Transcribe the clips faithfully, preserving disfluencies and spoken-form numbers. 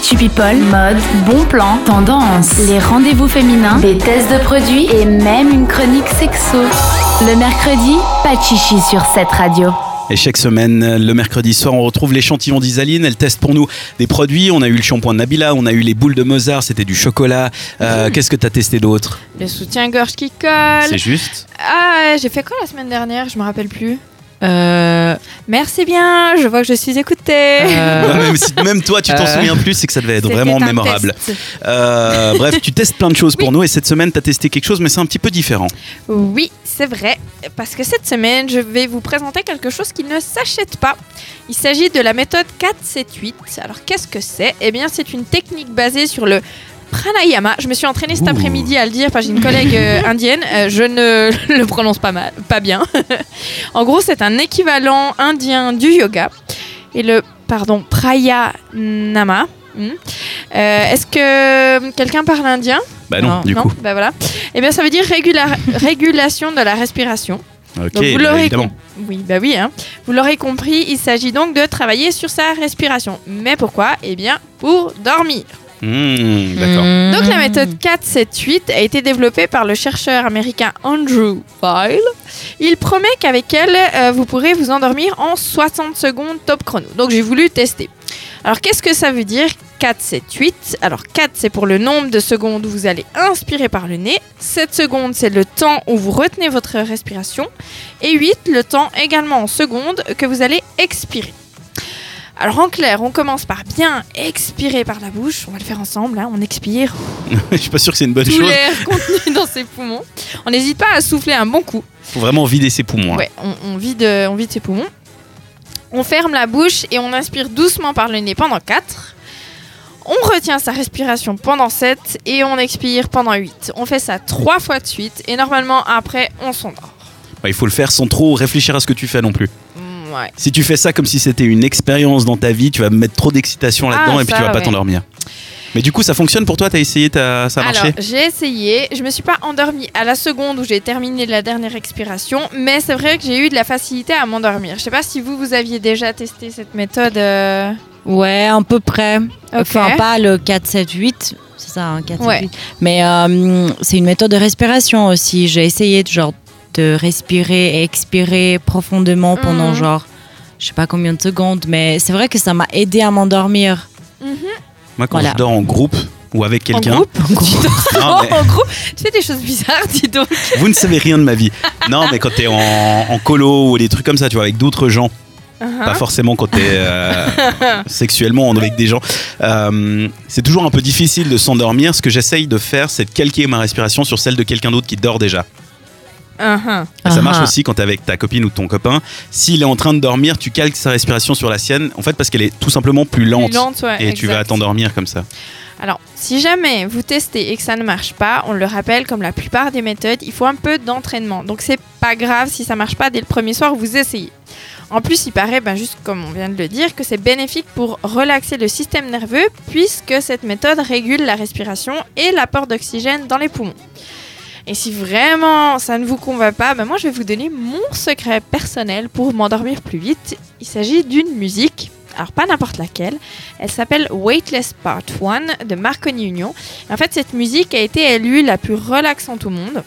Actu People, mode, bon plan, tendance, les rendez-vous féminins, des tests de produits et même une chronique sexo. Le mercredi, pas de chichi sur cette radio. Et chaque semaine, le mercredi soir, on retrouve l'échantillon d'Isaline. Elle teste pour nous des produits. On a eu le shampoing de Nabila, on a eu les boules de Mozart, c'était du chocolat. Euh, mmh. Qu'est-ce que tu as testé d'autre ? Le soutien-gorge qui colle. C'est juste. Ah, j'ai fait quoi la semaine dernière ? Je me rappelle plus. Euh... Merci bien, je vois que je suis écoutée. Euh... Non, même, si, même toi, tu t'en euh... souviens plus, c'est que ça devait être C'était vraiment mémorable. Euh, bref, tu testes plein de choses pour oui. nous et cette semaine, tu as testé quelque chose, mais c'est un petit peu différent. Oui, c'est vrai, parce que cette semaine, je vais vous présenter quelque chose qui ne s'achète pas. Il s'agit de la méthode quatre sept huit. Alors, qu'est-ce que c'est ? Eh bien, c'est une technique basée sur le pranayama. Je me suis entraînée cet Ouh. après-midi à le dire parce que j'ai une collègue euh, indienne. Euh, je ne le prononce pas mal, pas bien. En gros, c'est un équivalent indien du yoga. Et le, pardon, pranayama. Hmm. Euh, est-ce que quelqu'un parle indien ? Bah non, non du non coup. Bah voilà. Eh bien, ça veut dire régula- régulation de la respiration. Ok, donc, vous bah l'aurez évidemment. Com- oui, bah oui. Hein. Vous l'aurez compris, il s'agit donc de travailler sur sa respiration. Mais pourquoi ? Eh bien, pour dormir. Mmh, d'accord. Mmh. Donc la méthode quatre sept huit a été développée par le chercheur américain Andrew Weil. Il promet qu'avec elle, euh, vous pourrez vous endormir en soixante secondes top chrono. Donc j'ai voulu tester. Alors qu'est-ce que ça veut dire quatre sept huit ? Alors quatre c'est pour le nombre de secondes où vous allez inspirer par le nez. sept secondes c'est le temps où vous retenez votre respiration. Et huit le temps également en secondes que vous allez expirer. Alors en clair, on commence par bien expirer par la bouche. On va le faire ensemble, hein. On expire. Je suis pas sûr que c'est une bonne tout chose. Tout l'air contenu dans ses poumons. On n'hésite pas à souffler un bon coup. Faut vraiment vider ses poumons. Hein. Ouais, on, on, vide, on vide ses poumons. On ferme la bouche et on inspire doucement par le nez pendant quatre. On retient sa respiration pendant sept et on expire pendant huit. On fait ça trois fois de suite et normalement après on s'endort. Bah, il faut le faire sans trop réfléchir à ce que tu fais non plus. Ouais. Si tu fais ça comme si c'était une expérience dans ta vie, tu vas mettre trop d'excitation là-dedans ah, et puis ça, tu vas pas ouais. t'endormir. Mais du coup, ça fonctionne pour toi ? T'as essayé, t'as... ça a marché ? Alors, j'ai essayé. Je me suis pas endormie à la seconde où j'ai terminé la dernière expiration, mais c'est vrai que j'ai eu de la facilité à m'endormir. Je sais pas si vous, vous aviez déjà testé cette méthode. Euh... Ouais, à peu près. Okay. Enfin, pas le quatre sept huit, c'est ça, hein, quatre sept huit. Ouais. Mais euh, c'est une méthode de respiration aussi. J'ai essayé de, genre, de respirer et expirer profondément pendant mmh. genre, je sais pas combien de secondes, mais c'est vrai que ça m'a aidé à m'endormir. Mmh. Moi, quand voilà. je dors en groupe ou avec quelqu'un. En groupe, en groupe. Non, mais... en groupe, tu fais des choses bizarres, dis donc. Vous ne savez rien de ma vie. Non, mais quand t'es en, en colo ou des trucs comme ça, tu vois, avec d'autres gens. Uh-huh. Pas forcément quand t'es euh, sexuellement avec des gens. Euh, c'est toujours un peu difficile de s'endormir. Ce que j'essaye de faire, c'est de calquer ma respiration sur celle de quelqu'un d'autre qui dort déjà. Uh-huh. Et ça uh-huh. marche aussi quand t'es avec ta copine ou ton copain. S'il est en train de dormir, tu calques sa respiration sur la sienne. En fait, parce qu'elle est tout simplement plus lente. Plus lente ouais, et exact. Tu vas t'endormir comme ça. Alors, si jamais vous testez et que ça ne marche pas, on le rappelle, comme la plupart des méthodes, il faut un peu d'entraînement. Donc, c'est pas grave si ça marche pas dès le premier soir où vous essayez. En plus, il paraît, ben, juste comme on vient de le dire, que c'est bénéfique pour relaxer le système nerveux puisque cette méthode régule la respiration et l'apport d'oxygène dans les poumons. Et si vraiment ça ne vous convainc pas, ben moi je vais vous donner mon secret personnel pour m'endormir plus vite. Il s'agit d'une musique, alors pas n'importe laquelle. Elle s'appelle Weightless Part un de Marconi Union. Et en fait, cette musique a été élue la plus relaxante au monde.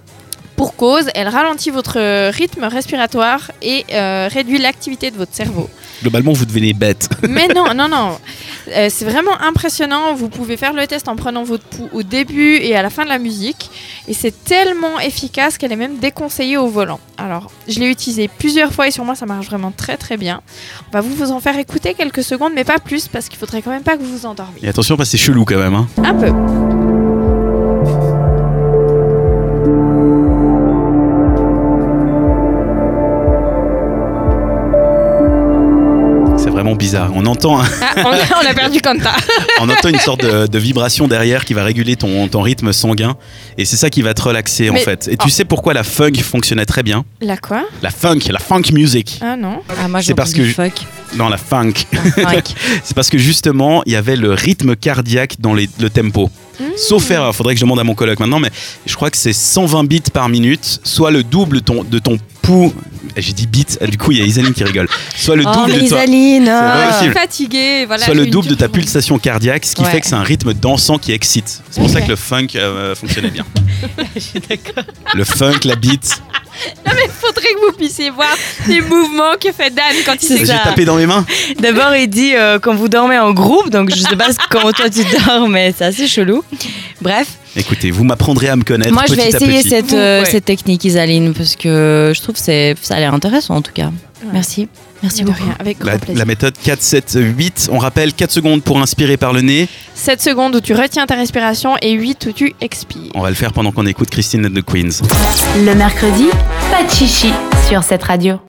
Pour cause, elle ralentit votre rythme respiratoire et euh, réduit l'activité de votre cerveau. Globalement, vous devenez bête. Mais non, non, non. Euh, c'est vraiment impressionnant. Vous pouvez faire le test en prenant votre pouls au début et à la fin de la musique. Et c'est tellement efficace qu'elle est même déconseillée au volant. Alors, je l'ai utilisée plusieurs fois et sur moi, ça marche vraiment très très bien. On va vous, vous en faire écouter quelques secondes, mais pas plus, parce qu'il faudrait quand même pas que vous vous endormiez. Et attention, parce que c'est chelou quand même. Hein. Un peu. Vraiment bizarre. On entend, un... ah, on, a, on a perdu Kanta. On entend une sorte de, de vibration derrière qui va réguler ton, ton rythme sanguin et c'est ça qui va te relaxer Mais... en fait. Et tu oh. sais pourquoi la funk fonctionnait très bien ? La quoi ? La funk, la funk music. Ah non. Ah moi c'est parce que funk. Non, la funk. La funk. C'est parce que justement il y avait le rythme cardiaque dans les, le tempo. Mmh. Sauf erreur, faudrait que je demande à mon coloc maintenant, mais je crois que c'est cent vingt beats par minute, soit le double ton, de ton pouls. J'ai dit beats, du coup il y a Isaline qui rigole. Soit le oh, double mais de toi. Isaline, pas possible. Fatigué, voilà. Soit j'ai le une double de ta double- pulsation cardiaque, ce qui Ouais. fait que c'est un rythme dansant qui excite. C'est pour ça Ok. que le funk euh, fonctionnait bien. Je suis d'accord. Le funk, la beat. Faudrait que vous puissiez voir les mouvements que fait Dan quand il C'est J'ai s'excite. ça. tapé dans mes mains. D'abord, il dit euh, quand vous dormez en groupe, donc je sais pas comment toi tu dors, mais c'est assez chelou. Bref, Écoutez, vous m'apprendrez à me connaître moi je petit vais à essayer petit. cette, euh, Ouais. cette technique, Isaline, parce que je trouve que c'est, ça a l'air intéressant en tout cas. Merci. Merci De beaucoup. rien, avec grand La, plaisir. la méthode quatre sept huit, on rappelle quatre secondes pour inspirer par le nez. sept secondes où tu retiens ta respiration et huit où tu expires. On va le faire pendant qu'on écoute Christine and the Queens. Le mercredi, pas de chichi sur cette radio.